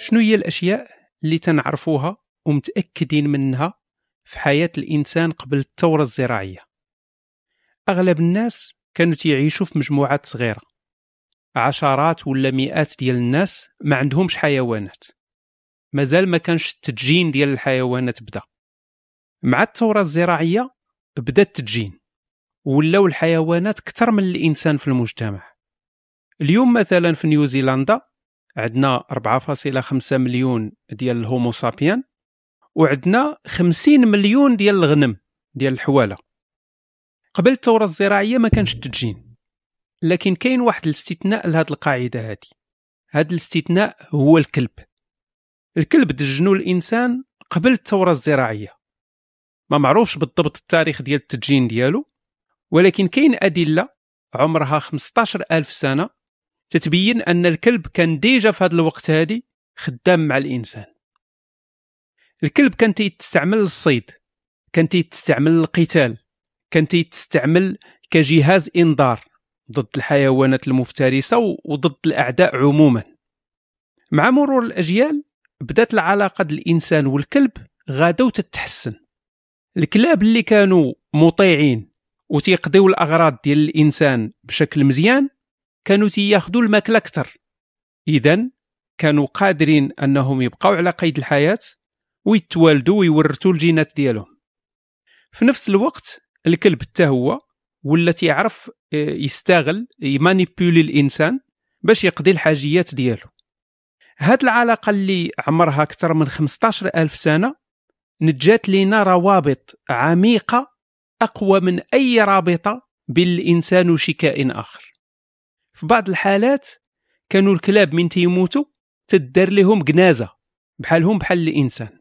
شنو هي الأشياء اللي تنعرفوها ومتأكدين منها في حياة الإنسان قبل الثورة الزراعية؟ أغلب الناس كانوا يعيشوا في مجموعات صغيرة، عشرات ولا مئات ديال الناس ما عندهمش حيوانات، مازال ما كانش التدجين ديال الحيوانات بدا. مع الثورة الزراعية بدا التدجين، ولاو الحيوانات كثر من الإنسان في المجتمع. اليوم مثلا في نيوزيلندا عندنا 4.5 مليون ديال الهومو سابيان، وعندنا 50 مليون ديال الغنم ديال الحوالة. قبل الثورة الزراعية ما كانش التدجين، لكن كاين واحد الاستثناء لهذه القاعدة هذه. هذا الاستثناء هو الكلب. الكلب دجنو الإنسان قبل الثورة الزراعية، ما معروفش بالضبط التاريخ ديال التدجين ديالو، ولكن كاين أدلة عمرها 15,000 سنة تتبين أن الكلب كان ديجا في هذا الوقت هذه خدام مع الإنسان. الكلب كان تستعمل للصيد، كان تستعمل للقتال، كان تستعمل كجهاز إنذار ضد الحيوانات المفترسة وضد الأعداء عموما. مع مرور الأجيال بدات العلاقة ديال الإنسان والكلب غاداو تتحسن. الكلاب اللي كانوا مطيعين وتيقضيو الأغراض ديال الإنسان بشكل مزيان كانوا تياخذوا الماكله اكثر، اذا كانوا قادرين انهم يبقاو على قيد الحياه ويتوالدوا ويورثوا الجينات ديالهم. في نفس الوقت الكلب حتى هو ولا تيعرف يستغل يمانيبيولي الانسان باش يقضي الحاجيات ديالو. هاد العلاقه اللي عمرها اكثر من 15,000 سنه نجات لنا روابط عميقه اقوى من اي رابطه بين الانسان وشي كائن اخر. في بعض الحالات كانوا الكلاب من تيموتوا تدار لهم جنازة بحال الإنسان.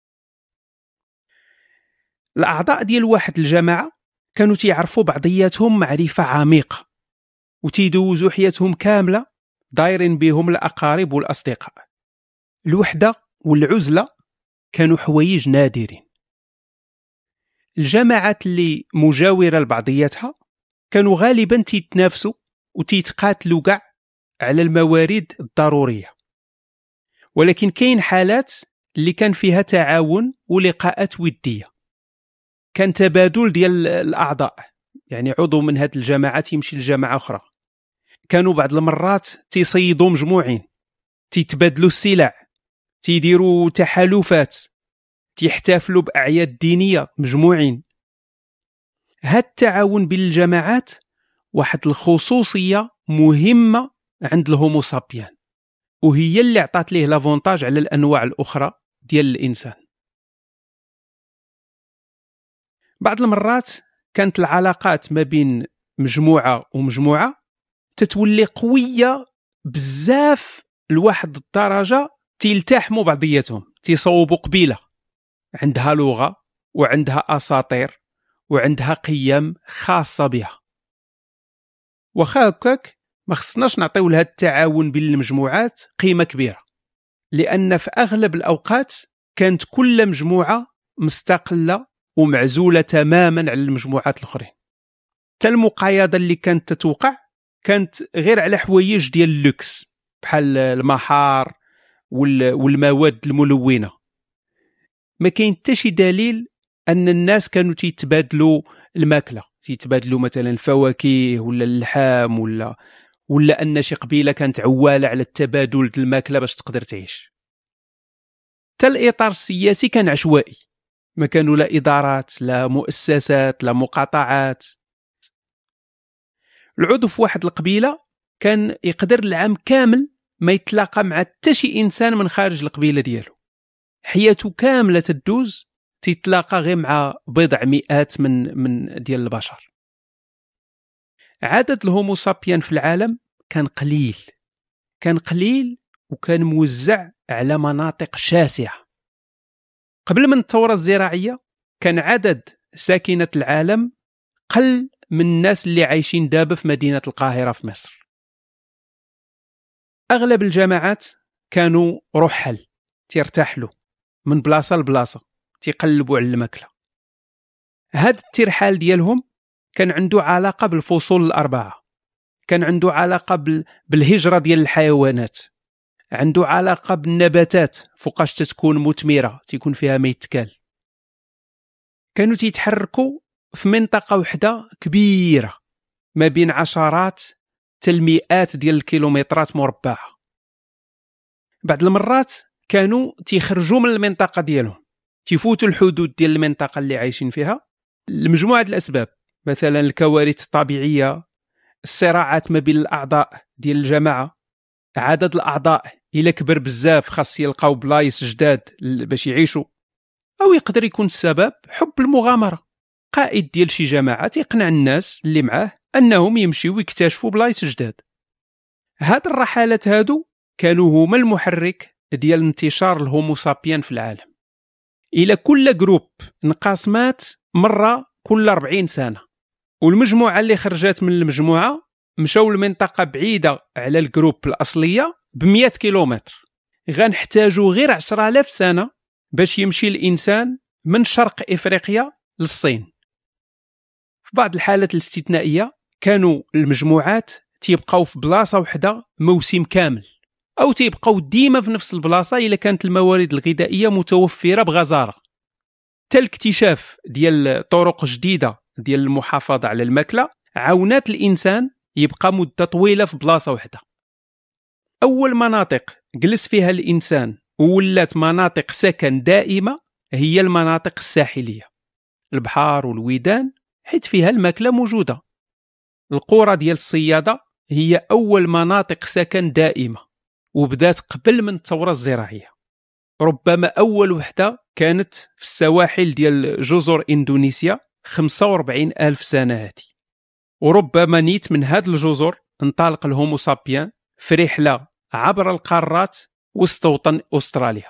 الأعضاء ديال واحد الجماعة كانوا تيعرفوا بعضياتهم معرفة عميقة وتيدوزوا حياتهم كاملة دايرين بهم الأقارب والأصدقاء. الوحدة والعزلة كانوا حوايج نادرين. الجماعات اللي مجاورة لبعضياتها كانوا غالبا تيتنافسوا وتيتقاتلوا كاع على الموارد الضرورية، ولكن كاين حالات اللي كان فيها تعاون ولقاءات ودية، كان تبادل ديال الأعضاء، يعني عضو من هذه الجماعات يمشي لجماعة أخرى. كانوا بعض المرات تيصيدوا مجموعين، تيتبادلوا السلع، تيديروا تحالفات، تيحتفلوا بأعياد دينية مجموعين. هذا التعاون بين الجماعات واحد الخصوصية مهمة عند الهومو سابيان، وهي اللي عطات ليه لافونتاج على الأنواع الأخرى ديال الإنسان. بعض المرات كانت العلاقات ما بين مجموعة ومجموعة تتولي قوية بزاف لواحد الدرجة تلتحموا بعضياتهم، تصوبوا قبيلة عندها لغة وعندها أساطير وعندها قيم خاصة بها. وخا هكاك ما خصناش نعطيو لهذا التعاون بين المجموعات قيمة كبيرة، لأن في أغلب الأوقات كانت كل مجموعة مستقلة ومعزولة تماما على المجموعات الأخرين. حتى المقايضة اللي كانت تتوقع كانت غير على حوايج ديال اللوكس بحال المحار والمواد الملونة. ما كاين حتى شي دليل أن الناس كانوا تيتبادلوا الماكلة، تيتبادلوا مثلا الفواكه ولا اللحام ولا أن شي قبيلة كانت عوالة على التبادل الماكلة باش تقدر تعيش. حتى الإطار السياسي كان عشوائي، ما كانوا لا إدارات لا مؤسسات لا مقاطعات. العضو في واحد القبيلة كان يقدر العام كامل ما يتلاقى مع حتى شي إنسان من خارج القبيلة ديالو، حياته كاملة تدوز تتلاقى غير مع بضع مئات من ديال البشر. عدد الهومو سابيان في العالم كان قليل وكان موزع على مناطق شاسعة. قبل من الثورة الزراعية كان عدد ساكنة العالم قل من الناس اللي عايشين دابا في مدينة القاهرة في مصر. أغلب الجماعات كانوا رحل تيرتاحلوا من بلاصة لبلاصة، تيقلبوا على الماكلة. هاد الترحال ديالهم كان عنده علاقة بالفصول الأربعة، كان عنده علاقة بالهجرة ديال الحيوانات. عنده علاقة بالنباتات فوقاش تتكون مثمرة تيكون فيها ما يتكال. كانوا تيتحركوا في منطقة وحدة كبيرة ما بين عشرات المئات ديال الكيلومترات مربعة. بعض المرات كانوا تيخرجوا من المنطقة ديالهم تيفوتوا الحدود ديال المنطقة اللي عايشين فيها لمجموعة الأسباب، مثلا الكوارث الطبيعية، الصراعات ما بين الأعضاء ديال الجماعة، عدد الأعضاء إلا كبر بزاف خاص يلقاو بلايص جداد باش يعيشوا، أو يقدر يكون السبب حب المغامرة. قائد ديال شي جماعة تيقنع الناس اللي معاه أنهم يمشيو يكتشفوا بلايص جداد. هاد الرحلات هادو كانوا هما المحرك ديال انتشار الهومو سابيان في العالم. إلى كل جروب انقسمات مرة كل 40 سنة، والمجموعة اللي خرجت من المجموعة مشاو لمنطقة بعيدة على الجروب الأصلية ب100 كيلومتر. غنحتاجوا غير 10,000 سنة باش يمشي الإنسان من شرق إفريقيا للصين. في بعض الحالات الاستثنائية كانوا المجموعات تيبقاو في بلاصة وحدة موسم كامل، أو تيبقاو ديما في نفس البلاصة إلا كانت الموارد الغذائية متوفرة بغزارة. الاكتشاف ديال طرق جديدة ديال المحافظة على الماكلة عاونات الإنسان يبقى مدة طويلة في بلاصة وحدة. أول مناطق جلس فيها الإنسان وولات مناطق سكن دائمة هي المناطق الساحلية، البحار والويدان، حيث فيها الماكلة موجودة. القرى ديال الصيادة هي أول مناطق سكن دائمة وبدات قبل من الثورة الزراعية. ربما أول وحدة كانت في السواحل ديال جزر إندونيسيا 45,000 سنة هذه. وربما نيت من هاد الجزر انطلق الهومو سابيان في رحلة عبر القارات واستوطن أستراليا.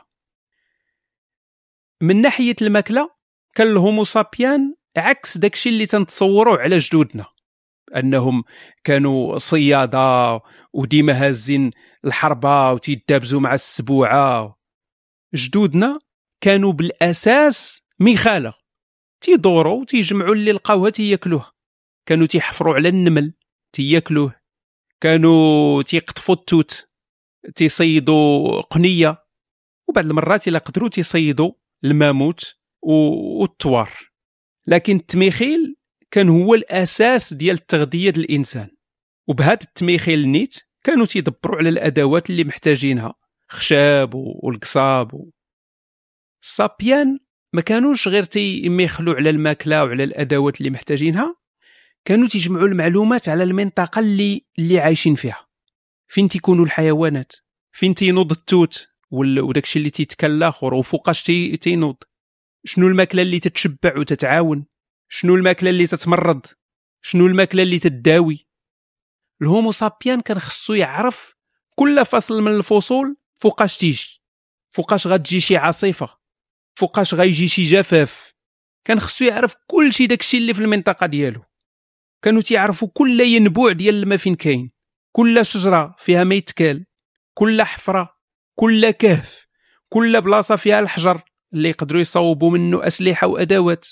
من ناحية الماكلة كان الهومو سابيان عكس داكشي اللي تنتصوروا على جدودنا، أنهم كانوا صيادة وديما هازين الحربة وتيدابزوا مع السبوعة. جدودنا كانوا بالأساس مخالة، تيدوروا وتيجمعوا اللي لقاوها تياكلوه. كانوا تيحفروا على النمل تياكلوه، كانوا تيقطفوا التوت، تيصيدوا قنية، وبعض المرات إلا قدروا تيصيدوا الماموت والتوار. لكن التميخيل كان هو الأساس ديال التغذية الإنسان، وبهذا التميخيل نيت كانوا تيدبروا على الأدوات اللي محتاجينها، خشاب والقصاب. السابيان ما كانوش غير تيميخلوا على الماكلة وعلى الأدوات اللي محتاجينها، كانوا تيجمعوا المعلومات على المنطقة اللي عايشين فيها، فين تيكونوا الحيوانات، فين تينوض التوت وداكشي اللي تيتكلاخر وفوقاش تينوض، شنو الماكلة اللي تتشبع وتتعاون، شنو الماكلة اللي تتمرض، شنو الماكلة اللي تداوي. الهومو سابيان كان خصو يعرف كل فصل من الفصول فوقاش تيجي، فوقاش غتجي شي عاصفة، فوقاش غيجي شي جفاف. كان خصو يعرف كل شي داكشي اللي في المنطقة ديالو. كانوا تيعرفوا كل ينبوع ديال الماء فين كاين، كل شجرة فيها ما يتكال، كل حفرة، كل كهف، كل بلاصة فيها الحجر اللي يقدروا يصوبوا منه أسلحة وأدوات.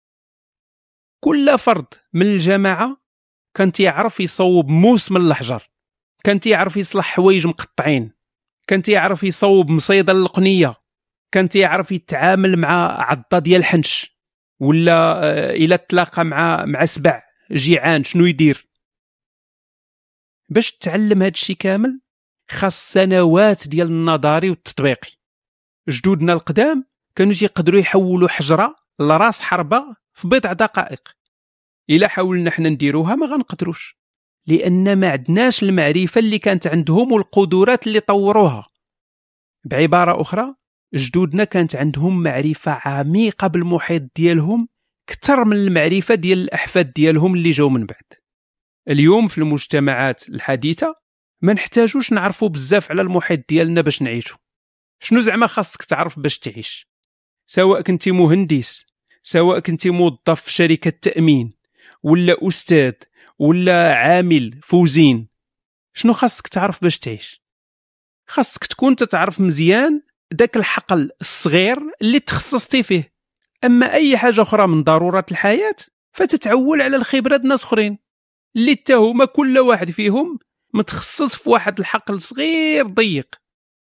كل فرد من الجماعة كان تيعرف يصوب موس من الحجر، كان تيعرف يصلح حوايج مقطعين، كان تيعرف يصوب مصيدة للقنية، كان تيعرف يتعامل مع عضة ديال الحنش، ولا إلا تلاقى مع سبع جيعان شنو يدير. باش تتعلم هاد الشي كامل خاص سنوات ديال النظري والتطبيقي. جدودنا القدام كانوا يقدروا يحولوا حجرة لراس حربة في بضع دقائق. إلا حاولنا حنا نديروها ما غنقدروش، لأن ما عندناش المعرفة اللي كانت عندهم والقدرات اللي طوروها. بعبارة أخرى، جدودنا كانت عندهم معرفة عميقة بالمحيط ديالهم كتر من المعرفة ديال الأحفاد ديالهم اللي جاو من بعد. اليوم في المجتمعات الحديثة ما نحتاجوش نعرفوا بزاف على المحيط ديالنا باش نعيشوا. شنو زعما خاصك تعرف باش تعيش؟ سواء كنتي مهندس، سواء كنتي موظف في شركة تأمين، ولا أستاذ، ولا عامل فوزين، شنو خاصك تعرف باش تعيش؟ خاصك تكون تتعرف مزيان داك الحقل الصغير اللي تخصصتي فيه. أما أي حاجة أخرى من ضرورات الحياة فتتعول على الخبرة د ناس أخرين اللي تاهما كل واحد فيهم متخصص في واحد الحقل صغير ضيق.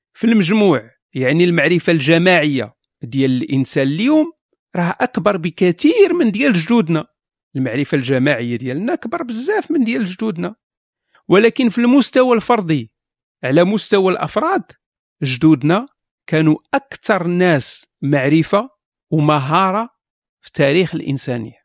في المجموع يعني المعرفة الجماعية ديال الإنسان اليوم راه أكبر بكثير من ديال جدودنا. المعرفة الجماعية ديالنا أكبر بزاف من ديال جدودنا، ولكن في المستوى الفردي على مستوى الأفراد جدودنا كانوا أكثر ناس معرفة ومهارة في تاريخ الإنسانية.